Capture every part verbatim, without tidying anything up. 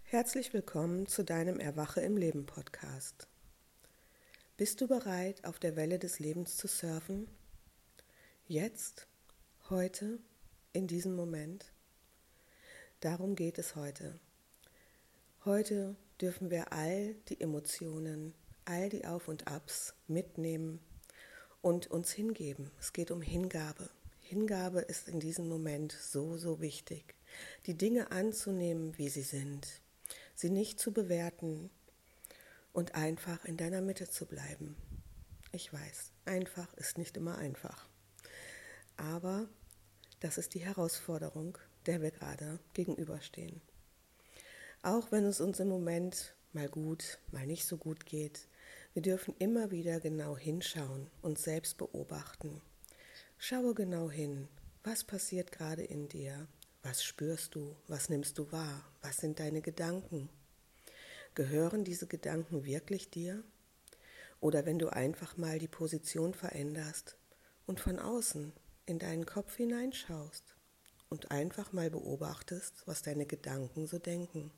Herzlich willkommen zu deinem Erwache im Leben Podcast. Bist du bereit, auf der Welle des Lebens zu surfen? Jetzt, heute, in diesem Moment? Darum geht es heute. Heute dürfen wir all die Emotionen, all die Auf und Abs mitnehmen und uns hingeben. Es geht um Hingabe. Hingabe ist in diesem Moment so, so wichtig. Die Dinge anzunehmen, wie sie sind. Sie nicht zu bewerten und einfach in deiner Mitte zu bleiben. Ich weiß, einfach ist nicht immer einfach. Aber das ist die Herausforderung, der wir gerade gegenüberstehen. Auch wenn es uns im Moment mal gut, mal nicht so gut geht, wir dürfen immer wieder genau hinschauen, uns selbst beobachten. Schaue genau hin, was passiert gerade in dir, was spürst du, was nimmst du wahr, was sind deine Gedanken? Gehören diese Gedanken wirklich dir? Oder wenn du einfach mal die Position veränderst und von außen in deinen Kopf hineinschaust und einfach mal beobachtest, was deine Gedanken so denken.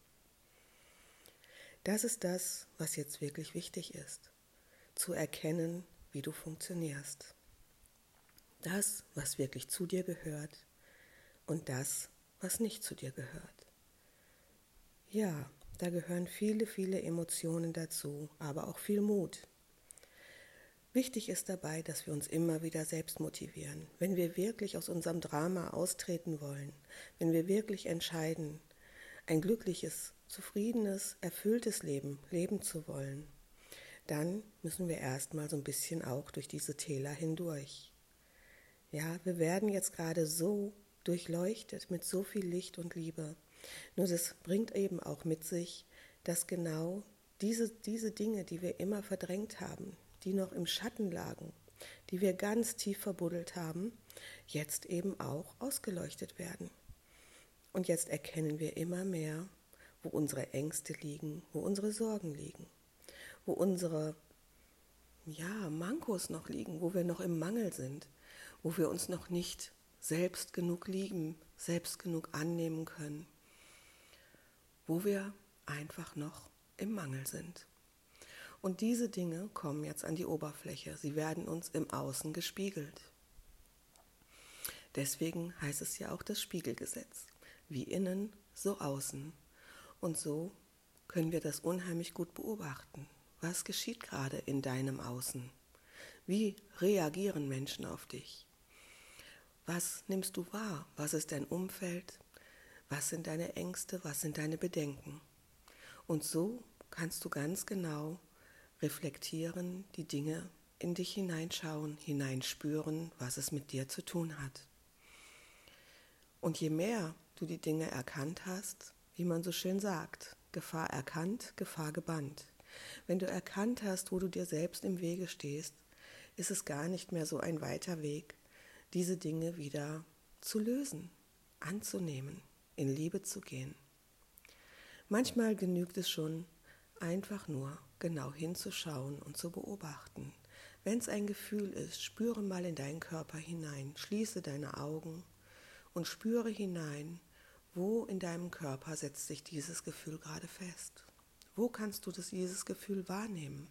Das ist das, was jetzt wirklich wichtig ist, zu erkennen, wie du funktionierst. Das, was wirklich zu dir gehört und das, was nicht zu dir gehört. Ja, da gehören viele, viele Emotionen dazu, aber auch viel Mut. Wichtig ist dabei, dass wir uns immer wieder selbst motivieren. Wenn wir wirklich aus unserem Drama austreten wollen, wenn wir wirklich entscheiden, ein glückliches, zufriedenes, erfülltes Leben leben zu wollen, dann müssen wir erstmal so ein bisschen auch durch diese Täler hindurch. Ja, wir werden jetzt gerade so durchleuchtet mit so viel Licht und Liebe. Nur das bringt eben auch mit sich, dass genau diese, diese Dinge, die wir immer verdrängt haben, die noch im Schatten lagen, die wir ganz tief verbuddelt haben, jetzt eben auch ausgeleuchtet werden. Und jetzt erkennen wir immer mehr, wo unsere Ängste liegen, wo unsere Sorgen liegen, wo unsere ja, Mankos noch liegen, wo wir noch im Mangel sind, wo wir uns noch nicht selbst genug lieben, selbst genug annehmen können, wo wir einfach noch im Mangel sind. Und diese Dinge kommen jetzt an die Oberfläche, sie werden uns im Außen gespiegelt. Deswegen heißt es ja auch das Spiegelgesetz, wie innen, so außen. Und so können wir das unheimlich gut beobachten. Was geschieht gerade in deinem Außen? Wie reagieren Menschen auf dich? Was nimmst du wahr? Was ist dein Umfeld? Was sind deine Ängste? Was sind deine Bedenken? Und so kannst du ganz genau reflektieren, die Dinge in dich hineinschauen, hineinspüren, was es mit dir zu tun hat. Und je mehr du die Dinge erkannt hast, wie man so schön sagt, Gefahr erkannt, Gefahr gebannt. Wenn du erkannt hast, wo du dir selbst im Wege stehst, ist es gar nicht mehr so ein weiter Weg, diese Dinge wieder zu lösen, anzunehmen, in Liebe zu gehen. Manchmal genügt es schon, einfach nur genau hinzuschauen und zu beobachten. Wenn es ein Gefühl ist, spüre mal in deinen Körper hinein, schließe deine Augen und spüre hinein, wo in deinem Körper setzt sich dieses Gefühl gerade fest. Wo kannst du das, dieses Gefühl wahrnehmen?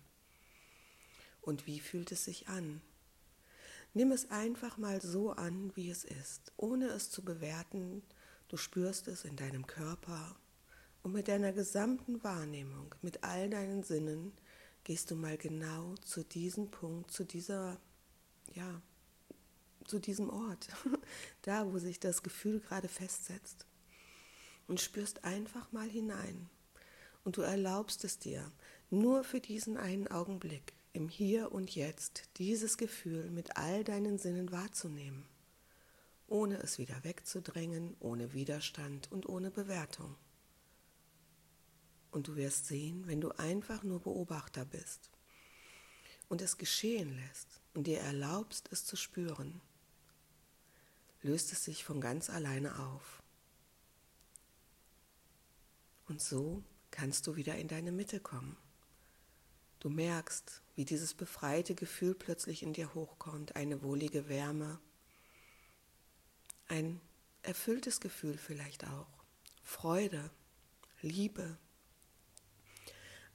Und wie fühlt es sich an? Nimm es einfach mal so an, wie es ist, ohne es zu bewerten. Du spürst es in deinem Körper und mit deiner gesamten Wahrnehmung, mit all deinen Sinnen, gehst du mal genau zu diesem Punkt, zu dieser, ja, zu diesem Ort, da, wo sich das Gefühl gerade festsetzt. Und spürst einfach mal hinein. Und du erlaubst es dir, nur für diesen einen Augenblick, im Hier und Jetzt, dieses Gefühl mit all deinen Sinnen wahrzunehmen, ohne es wieder wegzudrängen, ohne Widerstand und ohne Bewertung. Und du wirst sehen, wenn du einfach nur Beobachter bist und es geschehen lässt und dir erlaubst, es zu spüren, löst es sich von ganz alleine auf. Und so kannst du wieder in deine Mitte kommen. Du merkst, wie dieses befreite Gefühl plötzlich in dir hochkommt, eine wohlige Wärme, ein erfülltes Gefühl vielleicht auch, Freude, Liebe,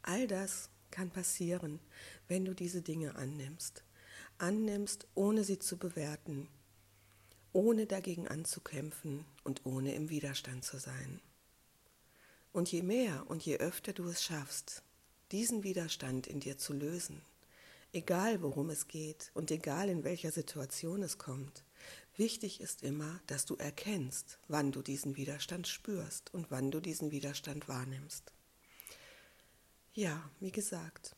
All das kann passieren, wenn du diese Dinge annimmst. Annimmst, ohne sie zu bewerten, ohne dagegen anzukämpfen und ohne im Widerstand zu sein. Und je mehr und je öfter du es schaffst, diesen Widerstand in dir zu lösen, egal worum es geht und egal in welcher Situation es kommt, wichtig ist immer, dass du erkennst, wann du diesen Widerstand spürst und wann du diesen Widerstand wahrnimmst. Ja, wie gesagt,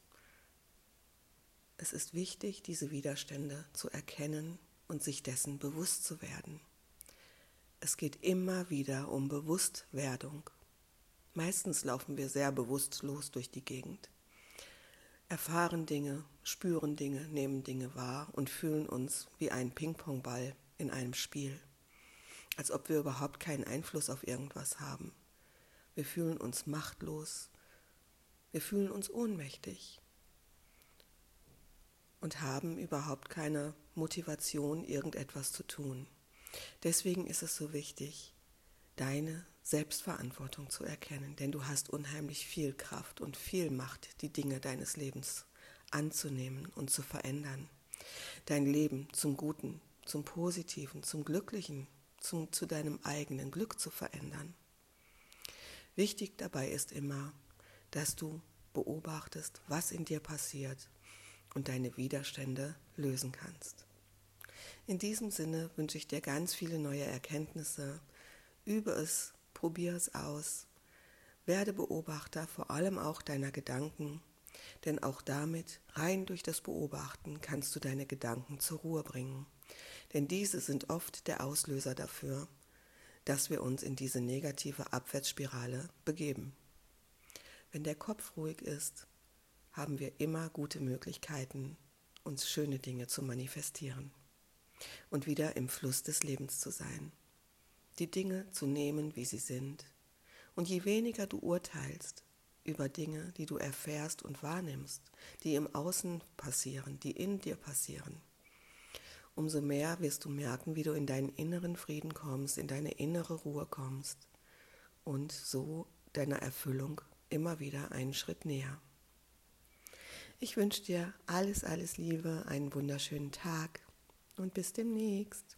es ist wichtig, diese Widerstände zu erkennen und sich dessen bewusst zu werden. Es geht immer wieder um Bewusstwerdung. Meistens laufen wir sehr bewusstlos durch die Gegend, erfahren Dinge, spüren Dinge, nehmen Dinge wahr und fühlen uns wie ein Ping-Pong-Ball in einem Spiel, als ob wir überhaupt keinen Einfluss auf irgendwas haben. Wir fühlen uns machtlos, wir fühlen uns ohnmächtig und haben überhaupt keine Motivation, irgendetwas zu tun. Deswegen ist es so wichtig, deine Selbstverantwortung zu erkennen, denn du hast unheimlich viel Kraft und viel Macht, die Dinge deines Lebens anzunehmen und zu verändern. Dein Leben zum Guten, zum Positiven, zum Glücklichen, zum, zu deinem eigenen Glück zu verändern. Wichtig dabei ist immer, dass du beobachtest, was in dir passiert und deine Widerstände lösen kannst. In diesem Sinne wünsche ich dir ganz viele neue Erkenntnisse. Übe es, probiere es aus. Werde Beobachter, vor allem auch deiner Gedanken, denn auch damit, rein durch das Beobachten, kannst du deine Gedanken zur Ruhe bringen. Denn diese sind oft der Auslöser dafür, dass wir uns in diese negative Abwärtsspirale begeben. Wenn der Kopf ruhig ist, haben wir immer gute Möglichkeiten, uns schöne Dinge zu manifestieren und wieder im Fluss des Lebens zu sein. Die Dinge zu nehmen, wie sie sind. Und je weniger du urteilst über Dinge, die du erfährst und wahrnimmst, die im Außen passieren, die in dir passieren, umso mehr wirst du merken, wie du in deinen inneren Frieden kommst, in deine innere Ruhe kommst und so deiner Erfüllung immer wieder einen Schritt näher. Ich wünsche dir alles, alles Liebe, einen wunderschönen Tag und bis demnächst.